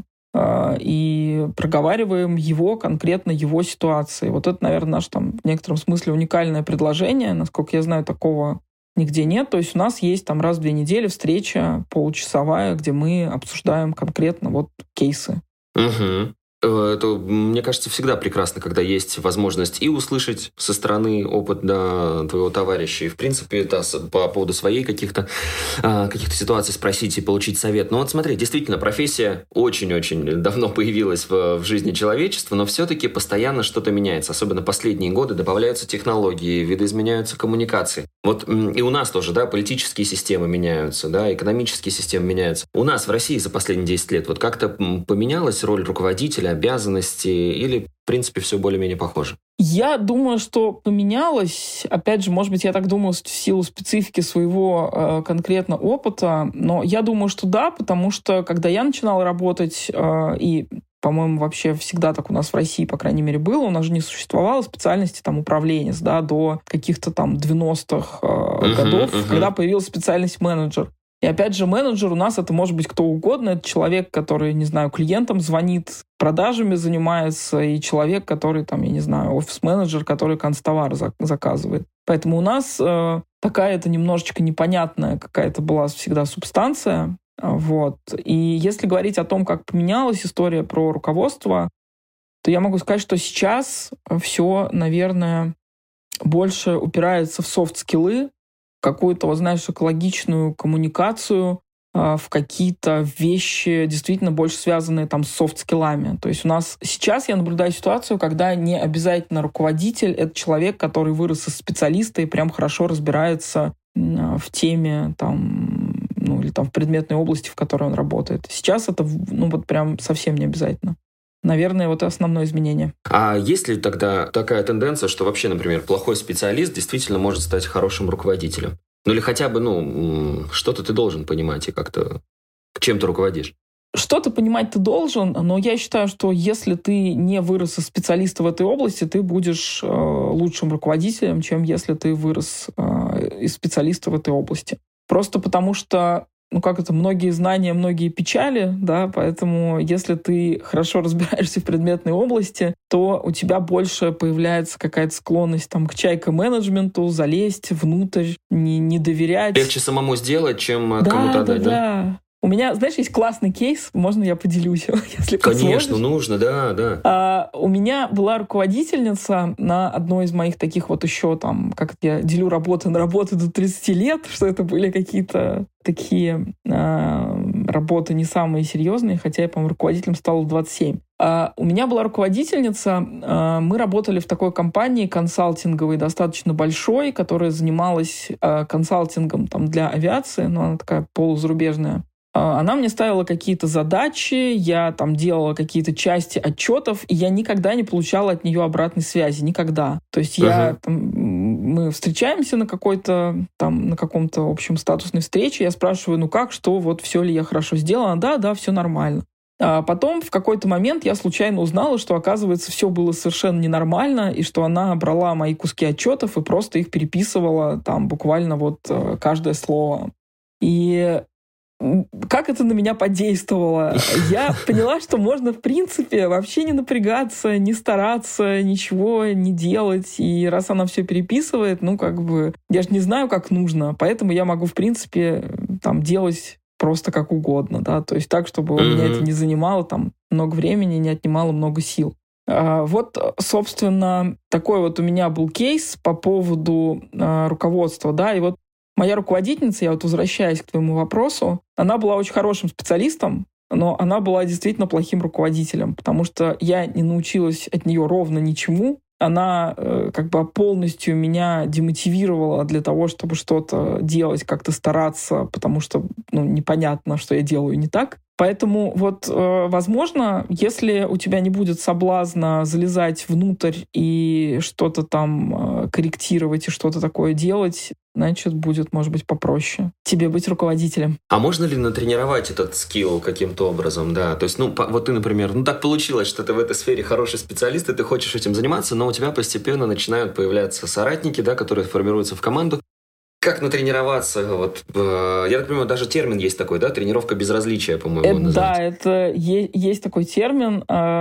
и проговариваем его, конкретно его ситуации. Вот это, наверное, наше там в некотором смысле уникальное предложение. Насколько я знаю, такого нигде нет. То есть у нас есть там раз в две недели встреча получасовая, где мы обсуждаем конкретно вот кейсы. Угу. Это, мне кажется, всегда прекрасно, когда есть возможность и услышать со стороны опыт да, твоего товарища, и, в принципе, да, по поводу своей каких-то, каких-то ситуаций спросить и получить совет. Но вот смотри, действительно, профессия очень-очень давно появилась в, в жизни человечества, но все-таки постоянно что-то меняется. Особенно последние годы добавляются технологии, видоизменяются коммуникации. Вот и у нас тоже, да, политические системы меняются, да, экономические системы меняются. У нас в России за последние десять лет вот как-то поменялась роль руководителя, обязанности, или, в принципе, все более-менее похоже? Я думаю, что поменялось. Опять же, может быть, я так думаю в силу специфики своего э, конкретно опыта, но я думаю, что да, потому что, когда я начинала работать, э, и, по-моему, вообще всегда так у нас в России, по крайней мере, было, у нас же не существовало специальности там управленец, да, до каких-то там девяностых э, uh-huh, годов, uh-huh. когда появилась специальность менеджер. И опять же, менеджер у нас это может быть кто угодно. Это человек, который, не знаю, клиентам звонит, продажами занимается, и человек, который, там, я не знаю, офис-менеджер, который канцтовар заказывает. Поэтому у нас э, такая это немножечко непонятная какая-то была всегда субстанция. Вот. И если говорить о том, как поменялась история про руководство, то я могу сказать, что сейчас все, наверное, больше упирается в софт-скиллы, какую-то, вот, знаешь, экологичную коммуникацию, э, в какие-то вещи, действительно больше связанные там с софт-скиллами. То есть у нас сейчас я наблюдаю ситуацию, когда не обязательно руководитель — это человек, который вырос из специалиста и прям хорошо разбирается э, в теме там, ну, или там в предметной области, в которой он работает. Сейчас это, ну, вот прям совсем не обязательно. Наверное, вот основное изменение. А есть ли тогда такая тенденция, что вообще, например, плохой специалист действительно может стать хорошим руководителем? Ну или хотя бы, ну, что-то ты должен понимать и как-то чем ты руководишь. Что-то понимать ты должен, но я считаю, что если ты не вырос из специалиста в этой области, ты будешь э, лучшим руководителем, чем если ты вырос э, из специалиста в этой области. Просто потому что, ну как это, многие знания, многие печали, да, поэтому если ты хорошо разбираешься в предметной области, то у тебя больше появляется какая-то склонность там, к чайка-менеджменту, залезть внутрь, не, не доверять. Легче самому сделать, чем да, кому-то отдать, да? да? да. У меня, знаешь, есть классный кейс, можно я поделюсь, если Конечно, позволишь? нужно, да, да. А, у меня была руководительница на одной из моих таких вот еще там, как я делю работы на работы до тридцати лет, что это были какие-то такие а, работы не самые серьезные, хотя я, по-моему, руководителем стала в двадцать семь. А, у меня была руководительница, а, мы работали в такой компании консалтинговой, достаточно большой, которая занималась а, консалтингом там, для авиации, но она такая полузарубежная. Она мне ставила какие-то задачи, я там делала какие-то части отчетов, и я никогда не получала от нее обратной связи, никогда. То есть uh-huh. я там, мы встречаемся на какой-то там на каком-то общем статусной встрече, я спрашиваю, ну как, что, вот все ли я хорошо сделала, да, да, все нормально. А потом в какой-то момент я случайно узнала, что, оказывается, все было совершенно ненормально, и что она брала мои куски отчетов и просто их переписывала там буквально вот каждое слово. И как это на меня подействовало? Я поняла, что можно, в принципе, вообще не напрягаться, не стараться, ничего не делать. И раз она все переписывает, ну, как бы, я же не знаю, как нужно, поэтому я могу, в принципе, там, делать просто как угодно, да, то есть так, чтобы mm-hmm. меня это не занимало там много времени, не отнимало много сил. А, вот, собственно, такой вот у меня был кейс по поводу а, руководства, да, и вот моя руководительница, я вот возвращаясь к твоему вопросу, она была очень хорошим специалистом, но она была действительно плохим руководителем, потому что я не научилась от нее ровно ничему. Она э, как бы полностью меня демотивировала для того, чтобы что-то делать, как-то стараться, потому что ну, непонятно, что я делаю не так. Поэтому вот, э, возможно, если у тебя не будет соблазна залезать внутрь и что-то там э, корректировать и что-то такое делать, значит, будет, может быть, попроще тебе быть руководителем. А можно ли натренировать этот скилл каким-то образом, да? То есть, ну, по, вот ты, например, ну, так получилось, что ты в этой сфере хороший специалист, и ты хочешь этим заниматься, но у тебя постепенно начинают появляться соратники, да, которые формируются в команду. Как натренироваться? Вот, э, я так понимаю, даже термин есть такой, да? Тренировка безразличия, по-моему, это, да, это е- есть такой термин.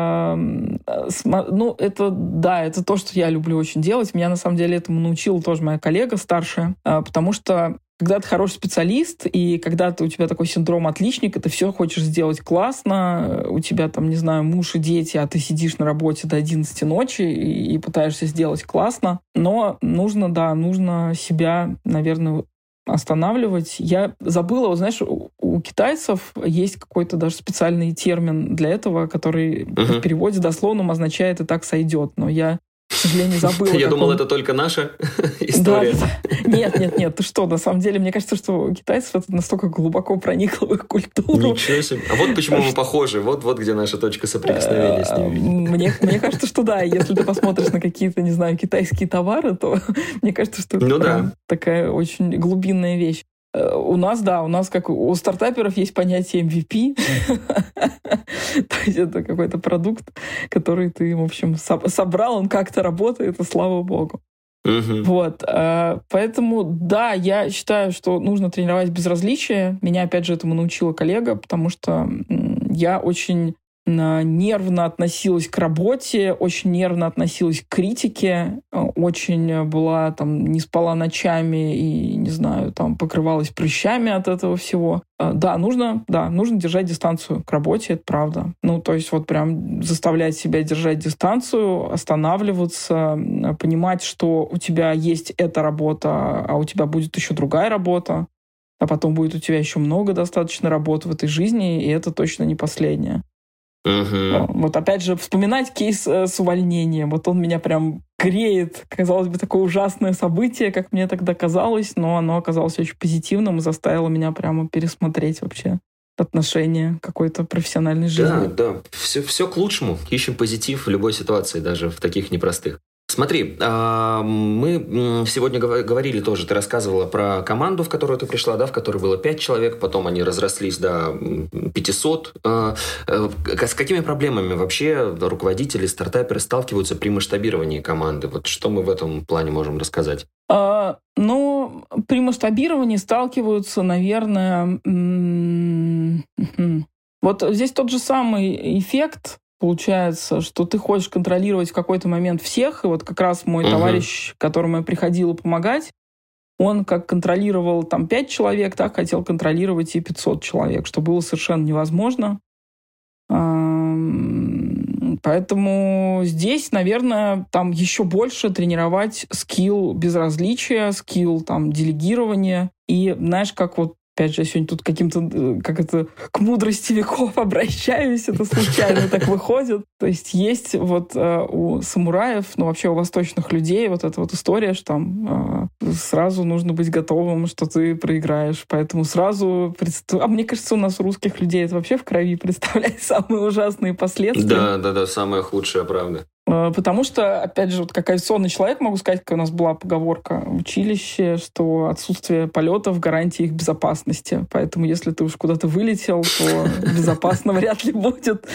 Э, см- ну, это, да, это то, что я люблю очень делать. Меня, на самом деле, этому научила тоже моя коллега старшая, э, потому что когда ты хороший специалист, и когда ты, у тебя такой синдром отличника, ты все хочешь сделать классно, у тебя там, не знаю, муж и дети, а ты сидишь на работе до одиннадцати ночи и, и пытаешься сделать классно. Но нужно, да, нужно себя, наверное, останавливать. Я забыла, вот, знаешь, у, у китайцев есть какой-то даже специальный термин для этого, который uh-huh. в переводе дословном означает «и так сойдет». Но я, к сожалению, забыла. Я думал, он... это только наша история. Да, нет, нет, нет, ты что, на самом деле, мне кажется, что у китайцев это настолько глубоко проникло в их культуру. Ничего себе. А вот почему мы похожи, вот, вот где наша точка соприкосновения с ними. Мне, мне кажется, что да, если ты посмотришь на какие-то, не знаю, китайские товары, то мне кажется, что это ну, прям да. такая очень глубинная вещь. У нас, да, у нас, как у стартаперов, есть понятие эм ви пи. То есть это какой-то продукт, который ты, в общем, собрал, он как-то работает, и слава богу. Uh-huh. Вот. Поэтому, да, я считаю, что нужно тренировать безразличие. Меня, опять же, этому научила коллега, потому что я очень нервно относилась к работе, очень нервно относилась к критике, очень была там, не спала ночами и, не знаю, там покрывалась прыщами от этого всего. Да, нужно, да, нужно держать дистанцию к работе, это правда. Ну, то есть вот прям заставлять себя держать дистанцию, останавливаться, понимать, что у тебя есть эта работа, а у тебя будет еще другая работа, а потом будет у тебя еще много достаточно работ в этой жизни, и это точно не последняя. Uh-huh. Вот опять же, вспоминать кейс э, с увольнением. Вот он меня прям греет. Казалось бы, такое ужасное событие, как мне тогда казалось, но оно оказалось очень позитивным и заставило меня прямо пересмотреть вообще отношение к какой-то профессиональной жизни. Да, да. Все, все к лучшему. Ищем позитив в любой ситуации, даже в таких непростых. Смотри, мы сегодня говорили тоже, ты рассказывала про команду, в которую ты пришла, да, в которой было пять человек, потом они разрослись до пятисот. С какими проблемами вообще руководители, стартаперы сталкиваются при масштабировании команды? Вот что мы в этом плане можем рассказать? А, ну, при масштабировании сталкиваются, наверное... Вот здесь тот же самый эффект, получается, что ты хочешь контролировать в какой-то момент всех, и вот как раз мой uh-huh. товарищ, которому я приходила помогать, он как контролировал там пять человек, так хотел контролировать и пятьсот человек, что было совершенно невозможно. Поэтому здесь, наверное, там еще больше тренировать скилл безразличия, скилл там делегирования. И знаешь, как вот опять же, я сегодня тут каким-то, как это, к мудрости веков обращаюсь, это случайно так выходит. То есть есть вот э, у самураев, ну вообще у восточных людей вот эта вот история, что там э, сразу нужно быть готовым, что ты проиграешь. Поэтому сразу... Представ... А мне кажется, у нас у русских людей это вообще в крови представляет самые ужасные последствия. Да, да, да, самая худшая правда. Потому что, опять же, вот как авиационный человек, могу сказать, как у нас была поговорка в училище, что отсутствие полетов — гарантия их безопасности. Поэтому если ты уж куда-то вылетел, то безопасно вряд ли будет.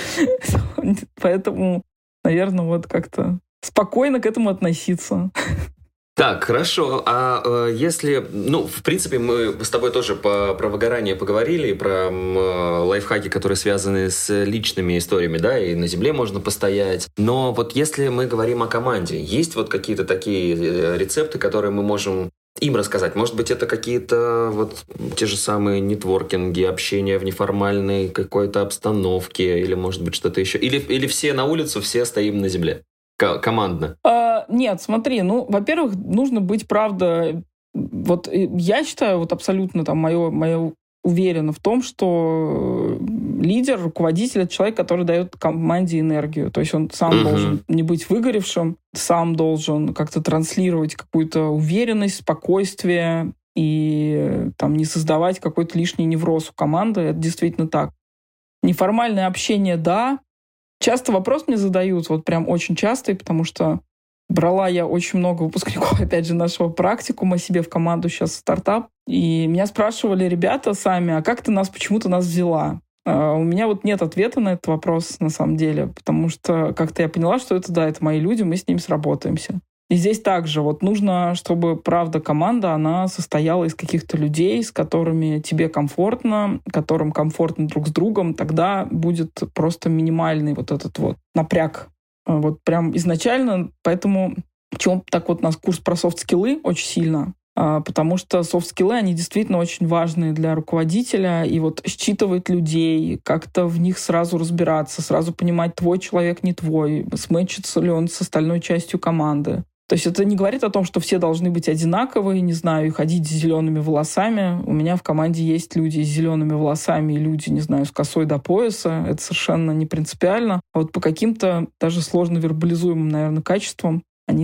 Поэтому, наверное, вот как-то спокойно к этому относиться. Так, хорошо. А э, если... Ну, в принципе, мы с тобой тоже по, про выгорание поговорили, про э, лайфхаки, которые связаны с личными историями, да, и на земле можно постоять. Но вот если мы говорим о команде, есть вот какие-то такие рецепты, которые мы можем им рассказать? Может быть, это какие-то вот те же самые нетворкинги, общение в неформальной какой-то обстановке, или, может быть, что-то еще? Или, или все на улицу, все стоим на земле? Командно? А, нет, смотри, ну, во-первых, нужно быть, правда, вот я считаю, вот абсолютно там мое, мое уверена в том, что лидер, руководитель — это человек, который дает команде энергию. То есть он сам uh-huh. должен не быть выгоревшим, сам должен как-то транслировать какую-то уверенность, спокойствие и там не создавать какой-то лишний невроз у команды. Это действительно так. Неформальное общение — да. Часто вопрос мне задают, вот прям очень часто, потому что брала я очень много выпускников, опять же, нашего практикума себе в команду сейчас стартап, и меня спрашивали ребята сами, а как ты нас, почему ты нас взяла? А у меня вот нет ответа на этот вопрос на самом деле, потому что как-то я поняла, что это, да, это мои люди, мы с ними сработаемся. И здесь также вот нужно, чтобы, правда, команда, она состояла из каких-то людей, с которыми тебе комфортно, которым комфортно друг с другом, тогда будет просто минимальный вот этот вот напряг. Вот прям изначально. Поэтому почему так вот у нас курс про софт-скиллы очень сильно? Потому что софт-скиллы, они действительно очень важны для руководителя. И вот считывать людей, как-то в них сразу разбираться, сразу понимать, твой человек, не твой, сметчится ли он с остальной частью команды. То есть это не говорит о том, что все должны быть одинаковые, не знаю, и ходить с зелеными волосами. У меня в команде есть люди с зелеными волосами и люди, не знаю, с косой до пояса. Это совершенно не принципиально. А вот по каким-то даже сложно вербализуемым, наверное, качествам они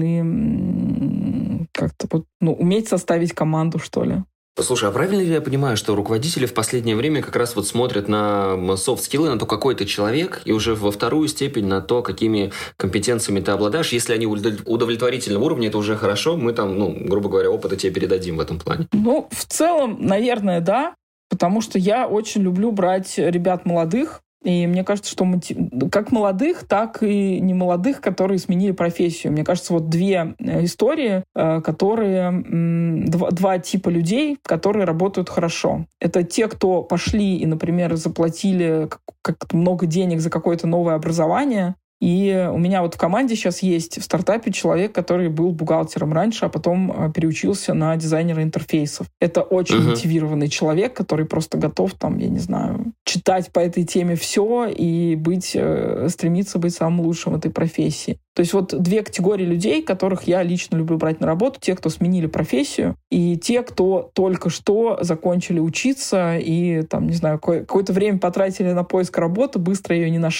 должны как-то вот, ну, уметь составить команду, что ли. Слушай, а правильно ли я понимаю, что руководители в последнее время как раз вот смотрят на софт-скиллы, на то, какой ты человек, и уже во вторую степень на то, какими компетенциями ты обладаешь? Если они удовлетворительного уровня, это уже хорошо, мы там, ну, грубо говоря, опыта тебе передадим в этом плане. Ну, в целом, наверное, да, потому что я очень люблю брать ребят молодых, и мне кажется, что как молодых, так и не молодых, которые сменили профессию. Мне кажется, вот две истории, которые... Два, два типа людей, которые работают хорошо. Это те, кто пошли и, например, заплатили как-то много денег за какое-то новое образование. И у меня вот в команде сейчас есть в стартапе человек, который был бухгалтером раньше, а потом переучился на дизайнера интерфейсов. Это очень uh-huh. мотивированный человек, который просто готов, там, я не знаю, читать по этой теме все и быть, стремиться быть самым лучшим в этой профессии. То есть вот две категории людей, которых я лично люблю брать на работу. Те, кто сменили профессию, и те, кто только что закончили учиться и, там, не знаю, какое-то время потратили на поиск работы, быстро ее не нашли,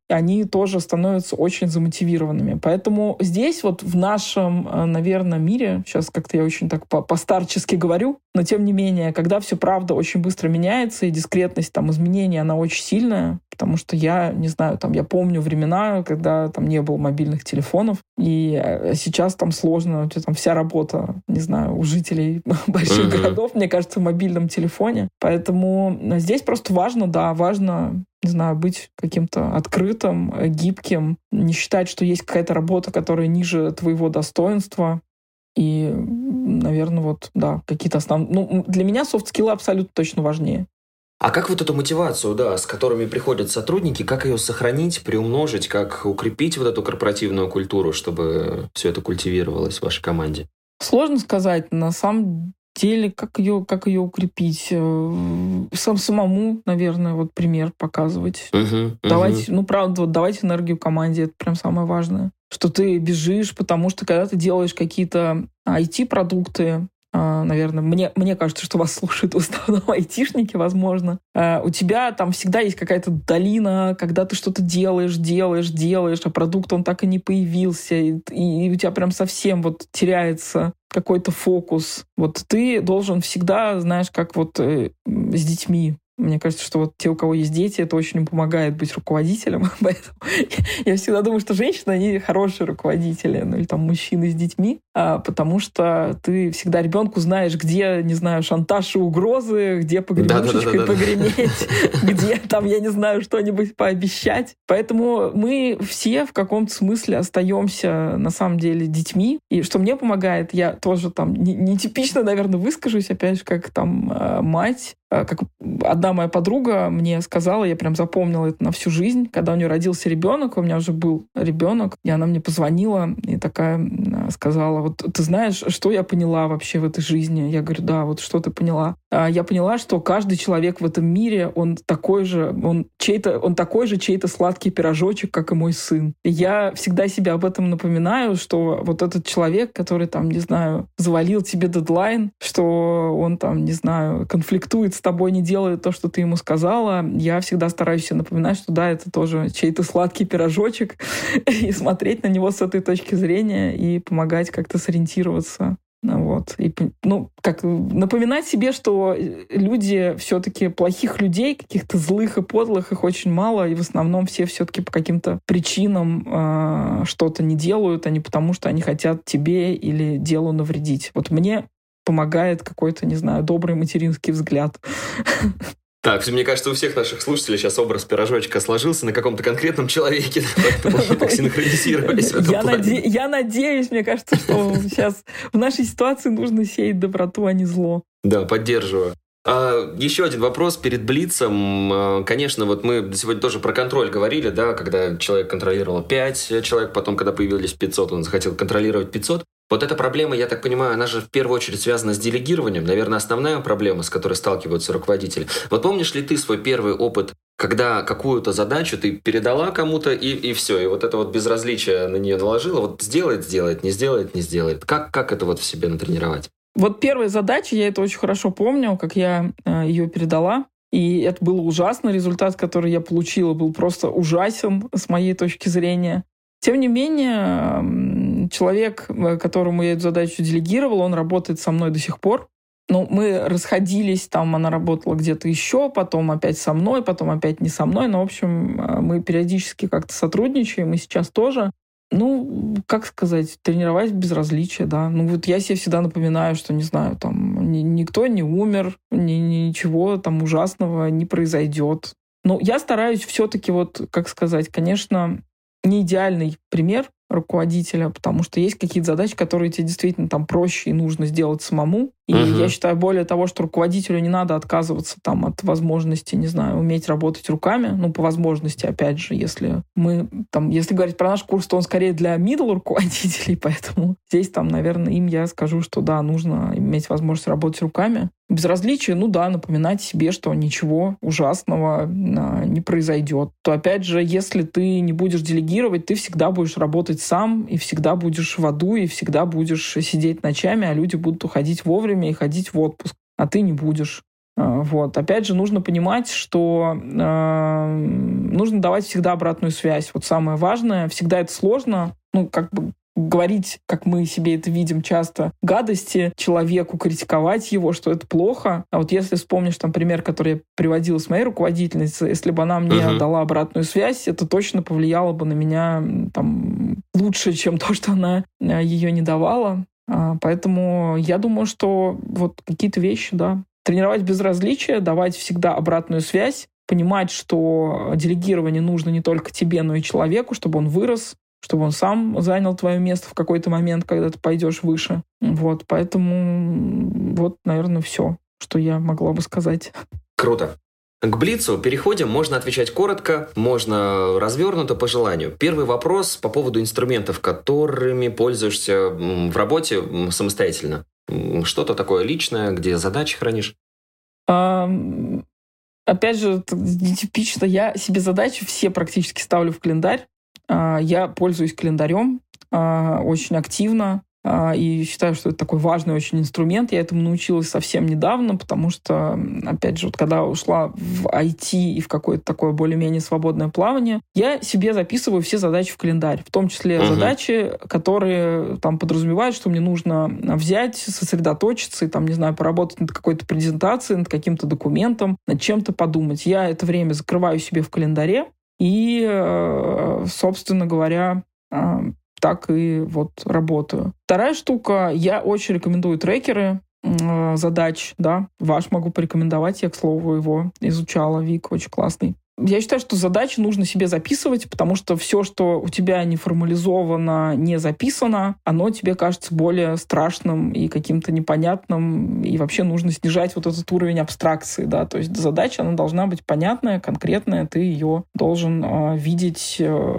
и они тоже становятся очень замотивированными. Поэтому здесь вот в нашем, наверное, мире, сейчас как-то я очень так по-старчески говорю, но тем не менее, когда все правда очень быстро меняется, и дискретность там изменений, она очень сильная, потому что я, не знаю, там, я помню времена, когда там не было мобильных телефонов, и сейчас там сложно, у тебя там вся работа, не знаю, у жителей больших mm-hmm. городов, мне кажется, в мобильном телефоне. Поэтому здесь просто важно, да, важно, не знаю, быть каким-то открытым, гибким, не считать, что есть какая-то работа, которая ниже твоего достоинства. И, наверное, вот, да, какие-то основные... Ну, для меня софт-скиллы абсолютно точно важнее. А как вот эту мотивацию, да, с которыми приходят сотрудники, как ее сохранить, приумножить, как укрепить вот эту корпоративную культуру, чтобы все это культивировалось в вашей команде? Сложно сказать. На самом деле, как ее, как ее укрепить? Сам самому, наверное, вот пример показывать. Uh-huh, uh-huh. Давать, ну, правда, вот давать энергию команде, это прям самое важное. Что ты бежишь, потому что когда ты делаешь какие-то ай ти-продукты, наверное, мне, мне кажется, что вас слушают в основном айтишники, возможно. У тебя там всегда есть какая-то долина, когда ты что-то делаешь, делаешь, делаешь, а продукт, он так и не появился, и, и у тебя прям совсем вот теряется какой-то фокус. Вот ты должен всегда, знаешь, как вот э, с детьми. Мне кажется, что вот те, у кого есть дети, это очень им помогает быть руководителем. Поэтому я всегда думаю, что женщины, они хорошие руководители, ну или там мужчины с детьми, а, потому что ты всегда ребенку знаешь, где, не знаю, шантаж и угрозы, где погремушечкой погреметь, где там, я не знаю, что-нибудь пообещать. Поэтому мы все в каком-то смысле остаемся на самом деле детьми. И что мне помогает, я тоже там нетипично, наверное, выскажусь, опять же, как там мать, как одна моя подруга мне сказала, я прям запомнила это на всю жизнь, когда у нее родился ребенок, у меня уже был ребенок, и она мне позвонила и такая сказала, вот ты знаешь, что я поняла вообще в этой жизни? Я говорю, да, вот что ты поняла? Я поняла, что каждый человек в этом мире, он такой же, он чей-то, он такой же чей-то сладкий пирожочек, как и мой сын. И я всегда себе об этом напоминаю, что вот этот человек, который там, не знаю, завалил тебе дедлайн, что он там, не знаю, конфликтует с тобой, не делает то, что ты ему сказала, я всегда стараюсь себе напоминать, что да, это тоже чей-то сладкий пирожочек, и смотреть на него с этой точки зрения и помогать как-то сориентироваться. Вот. И, ну, как напоминать себе, что люди все-таки плохих людей, каких-то злых и подлых, их очень мало, и в основном все все-таки по каким-то причинам э, что-то не делают, а не потому, что они хотят тебе или делу навредить. Вот мне помогает какой-то, не знаю, добрый материнский взгляд. Так, мне кажется, у всех наших слушателей сейчас образ пирожочка сложился на каком-то конкретном человеке, поэтому мы так синхронизировались в этом я, плане. Наде- я надеюсь, мне кажется, что сейчас в нашей ситуации нужно сеять доброту, а не зло. Да, поддерживаю. А, еще один вопрос перед Блицем. Конечно, вот мы сегодня тоже про контроль говорили, да, когда человек контролировал пять человек, потом, когда появились пятьсот, он захотел контролировать пятьсот. Вот эта проблема, я так понимаю, она же в первую очередь связана с делегированием. Наверное, основная проблема, с которой сталкиваются руководители. Вот помнишь ли ты свой первый опыт, когда какую-то задачу ты передала кому-то, и, и все, и вот это вот безразличие на нее наложила, вот сделает, сделает, не сделает, не сделает. Как, как это вот в себе натренировать? Вот первая задача, я это очень хорошо помню, как я э, ее передала. И это было ужасно. Результат, который я получила, был просто ужасен с моей точки зрения. Тем не менее, человек, которому я эту задачу делегировала, он работает со мной до сих пор. Ну, мы расходились, там она работала где-то еще, потом опять со мной, потом опять не со мной. Но, в общем, мы периодически как-то сотрудничаем, и сейчас тоже. Ну, как сказать, тренировать безразличие, да. Ну, вот я себе всегда напоминаю, что, не знаю, там никто не умер, ни, ничего там ужасного не произойдет. Но я стараюсь все-таки, вот, как сказать, конечно, не идеальный пример руководителя, потому что есть какие-то задачи, которые тебе действительно там проще и нужно сделать самому. И uh-huh. я считаю, более того, что руководителю не надо отказываться там от возможности, не знаю, уметь работать руками. Ну, по возможности, опять же, если мы там, если говорить про наш курс, то он скорее для middle руководителей, поэтому здесь там, наверное, им я скажу, что да, нужно иметь возможность работать руками. Безразличие, ну да, напоминать себе, что ничего ужасного не произойдет. То, опять же, если ты не будешь делегировать, ты всегда будешь работать сам, и всегда будешь в аду, и всегда будешь сидеть ночами, а люди будут уходить вовремя и ходить в отпуск, а ты не будешь. Вот. Опять же, нужно понимать, что э, нужно давать всегда обратную связь. Вот самое важное, всегда это сложно, ну, как бы говорить, как мы себе это видим часто, гадости человеку, критиковать его, что это плохо. А вот если вспомнишь там пример, который я приводила с моей руководительницей, если бы она мне uh-huh. дала обратную связь, это точно повлияло бы на меня там лучше, чем то, что она ее не давала. Поэтому я думаю, что вот какие-то вещи, да, тренировать безразличие, давать всегда обратную связь, понимать, что делегирование нужно не только тебе, но и человеку, чтобы он вырос, чтобы он сам занял твое место в какой-то момент, когда ты пойдешь выше. Вот, поэтому вот, наверное, все, что я могла бы сказать. Круто. К блицу переходим. Можно отвечать коротко, можно развернуто по желанию. Первый вопрос по поводу инструментов, которыми пользуешься в работе самостоятельно. Что-то такое личное, где задачи хранишь? А, опять же, нетипично. Я себе задачи все практически ставлю в календарь. А, я пользуюсь календарем а, очень активно. И считаю, что это такой важный очень инструмент. Я этому научилась совсем недавно, потому что, опять же, вот когда ушла в ай ти и в какое-то такое более-менее свободное плавание, я себе записываю все задачи в календарь, в том числе uh-huh. задачи, которые там подразумевают, что мне нужно взять, сосредоточиться и, там, не знаю, поработать над какой-то презентацией, над каким-то документом, над чем-то подумать. Я это время закрываю себе в календаре и, собственно говоря, так и вот работаю. Вторая штука, я очень рекомендую трекеры э, задач, да, ваш могу порекомендовать, я, к слову, его изучала, Вик, очень классный. Я считаю, что задачи нужно себе записывать, потому что все, что у тебя не формализовано, не записано, оно тебе кажется более страшным и каким-то непонятным, и вообще нужно снижать вот этот уровень абстракции, да, то есть задача, она должна быть понятная, конкретная, ты ее должен э, видеть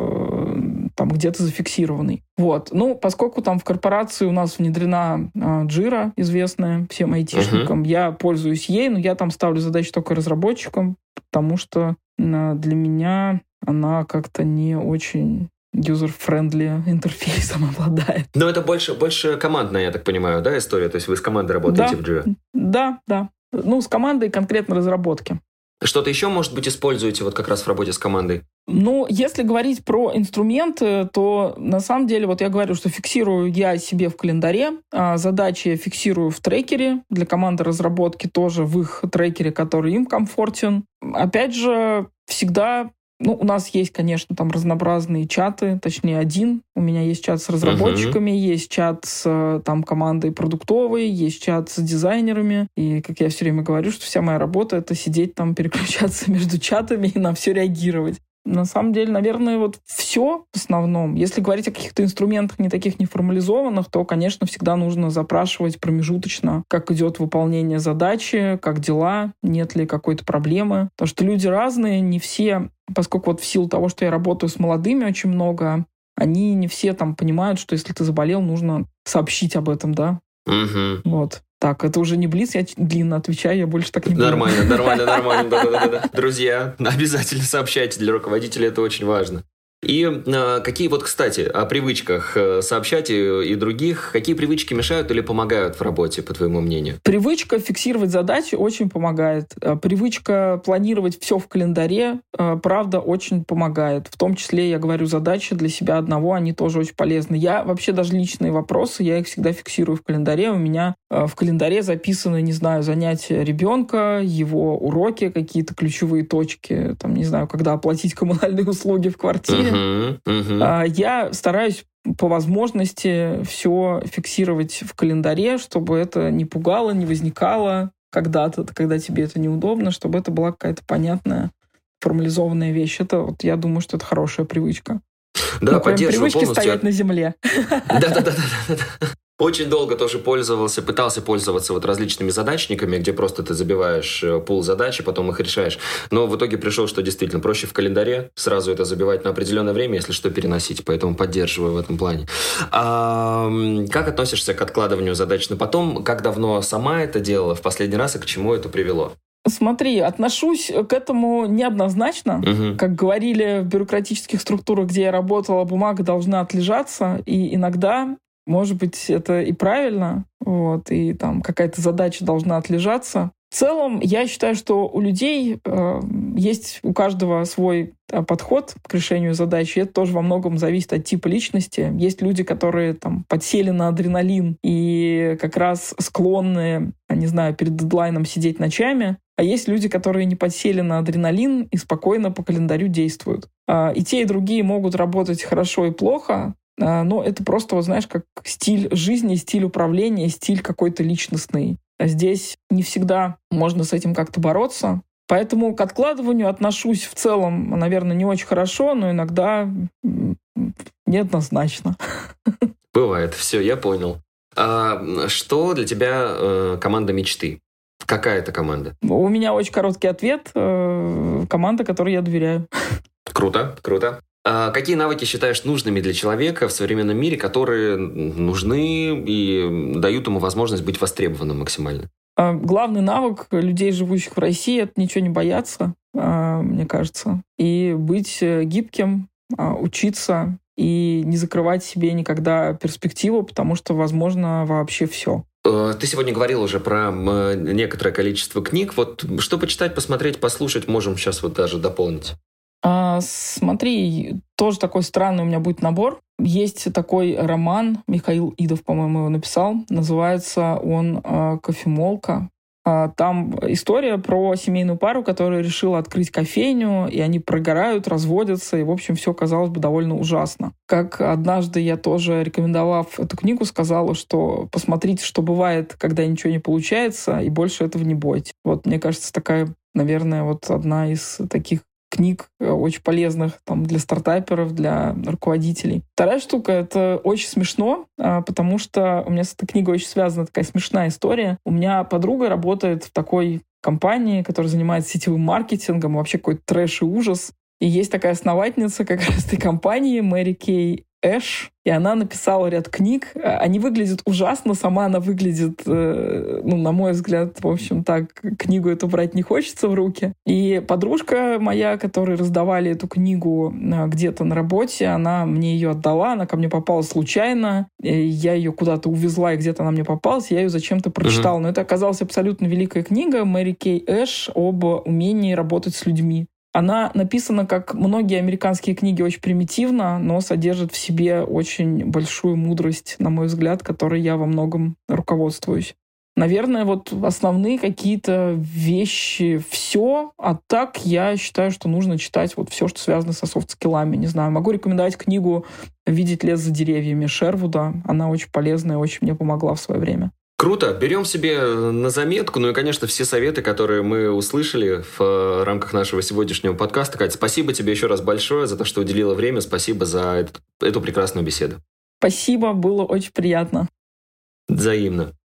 э, там где-то зафиксированный. Вот. Ну, поскольку там в корпорации у нас внедрена э, Jira, известная всем айтишникам, uh-huh. я пользуюсь ей, но я там ставлю задачи только разработчикам, потому что э, для меня она как-то не очень юзер-френдли интерфейсом обладает. Но это больше, больше командная, я так понимаю, да, история? То есть вы с командой работаете да, в Jira? Да, да. Ну, с командой конкретно разработки. Что-то еще, может быть, используете вот как раз в работе с командой? Ну, если говорить про инструменты, то на самом деле, вот я говорю, что фиксирую я себе в календаре, а задачи я фиксирую в трекере, для команды разработки тоже в их трекере, который им комфортен. Опять же, всегда... Ну, у нас есть, конечно, там разнообразные чаты, точнее, один. У меня есть чат с разработчиками, uh-huh. есть чат с там, командой продуктовой, есть чат с дизайнерами. И, как я все время говорю, что вся моя работа — это сидеть там, переключаться между чатами и на все реагировать. На самом деле, наверное, вот все в основном. Если говорить о каких-то инструментах не таких неформализованных, то, конечно, всегда нужно запрашивать промежуточно, как идет выполнение задачи, как дела, нет ли какой-то проблемы. Потому что люди разные, не все, поскольку вот в силу того, что я работаю с молодыми очень много, они не все там понимают, что если ты заболел, нужно сообщить об этом, да? Угу. Вот. Так, это уже не блиц, я длинно отвечаю, я больше так не буду. Нормально, нормально, нормально. Да-да-да. Друзья, обязательно сообщайте, для руководителя это очень важно. И э, какие вот, кстати, о привычках э, сообщать и, и других, какие привычки мешают или помогают в работе, по твоему мнению? Привычка фиксировать задачи очень помогает. Привычка планировать все в календаре, э, правда, очень помогает. В том числе, я говорю, задачи для себя одного, они тоже очень полезны. Я вообще даже личные вопросы, я их всегда фиксирую в календаре. У меня э, в календаре записаны, не знаю, занятия ребенка, его уроки, какие-то ключевые точки, там, не знаю, когда оплатить коммунальные услуги в квартире. Uh-huh, uh-huh. Я стараюсь по возможности все фиксировать в календаре, чтобы это не пугало, не возникало когда-то, когда тебе это неудобно, чтобы это была какая-то понятная, формализованная вещь. Это вот я думаю, что это хорошая привычка. Да, поддерживаю привычки полностью. стоять на земле. Да-да-да. Очень долго тоже пользовался, пытался пользоваться вот различными задачниками, где просто ты забиваешь пул задач, и потом их решаешь. Но в итоге пришел, что действительно проще в календаре сразу это забивать на определенное время, если что, переносить. Поэтому поддерживаю в этом плане. А как относишься к откладыванию задач на потом? Как давно сама это делала в последний раз и к чему это привело? Смотри, отношусь к этому неоднозначно. Uh-huh. Как говорили в бюрократических структурах, где я работала, бумага должна отлежаться, и иногда... Может быть, это и правильно, вот, и там какая-то задача должна отлежаться. В целом, я считаю, что у людей э, есть у каждого свой э, подход к решению задачи. Это тоже во многом зависит от типа личности. Есть люди, которые там подсели на адреналин и как раз склонны, не знаю, перед дедлайном сидеть ночами. А есть люди, которые не подсели на адреналин и спокойно по календарю действуют. Э, и те, и другие могут работать хорошо и плохо, э, но это просто, вот знаешь, как стиль жизни, стиль управления, стиль какой-то личностный. А здесь не всегда можно с этим как-то бороться. Поэтому к откладыванию отношусь в целом, наверное, не очень хорошо, но иногда неоднозначно. Бывает. Все, я понял. А что для тебя э, команда мечты? Какая это команда? У меня очень короткий ответ. Э, команда, которой я доверяю. Круто, круто. А какие навыки считаешь нужными для человека в современном мире, которые нужны и дают ему возможность быть востребованным максимально? Главный навык людей, живущих в России, это ничего не бояться, мне кажется, и быть гибким, учиться и не закрывать себе никогда перспективу, потому что возможно вообще все. Ты сегодня говорил уже про некоторое количество книг. Вот что почитать, посмотреть, послушать можем сейчас вот даже дополнить. А, смотри, тоже такой странный у меня будет набор. Есть такой роман, Михаил Идов, по-моему, его написал. Называется он «Кофемолка». Там история про семейную пару, которая решила открыть кофейню, и они прогорают, разводятся, и, в общем, все, казалось бы, довольно ужасно. Как однажды я тоже, рекомендовав эту книгу, сказала, что посмотрите, что бывает, когда ничего не получается, и больше этого не бойтесь. Вот, мне кажется, такая, наверное, вот одна из таких книг очень полезных там, для стартаперов, для руководителей. Вторая штука — это очень смешно, потому что у меня с этой книгой очень связана такая смешная история. У меня подруга работает в такой компании, которая занимается сетевым маркетингом, вообще какой-то трэш и ужас. И есть такая основательница как раз этой компании, Мэри Кей Эш, и она написала ряд книг. Они выглядят ужасно, сама она выглядит, ну, на мой взгляд, в общем, так, книгу эту брать не хочется в руки. И подружка моя, которой раздавали эту книгу где-то на работе, она мне ее отдала, она ко мне попала случайно, я ее куда-то увезла, и где-то она мне попалась, я ее зачем-то прочитала. Uh-huh. Но это оказалась абсолютно великая книга Мэри Кей Эш об умении работать с людьми. Она написана, как многие американские книги, очень примитивно, но содержит в себе очень большую мудрость, на мой взгляд, которой я во многом руководствуюсь. Наверное, вот основные какие-то вещи, все. А так я считаю, что нужно читать вот все, что связано со софт-скиллами. Не знаю, могу рекомендовать книгу «Видеть лес за деревьями» Шервуда. Она очень полезная, очень мне помогла в свое время. Круто. Берем себе на заметку. Ну и, конечно, все советы, которые мы услышали в рамках нашего сегодняшнего подкаста. Кать, спасибо тебе еще раз большое за то, что уделила время. Спасибо за эту, эту прекрасную беседу. Спасибо, было очень приятно. Взаимно.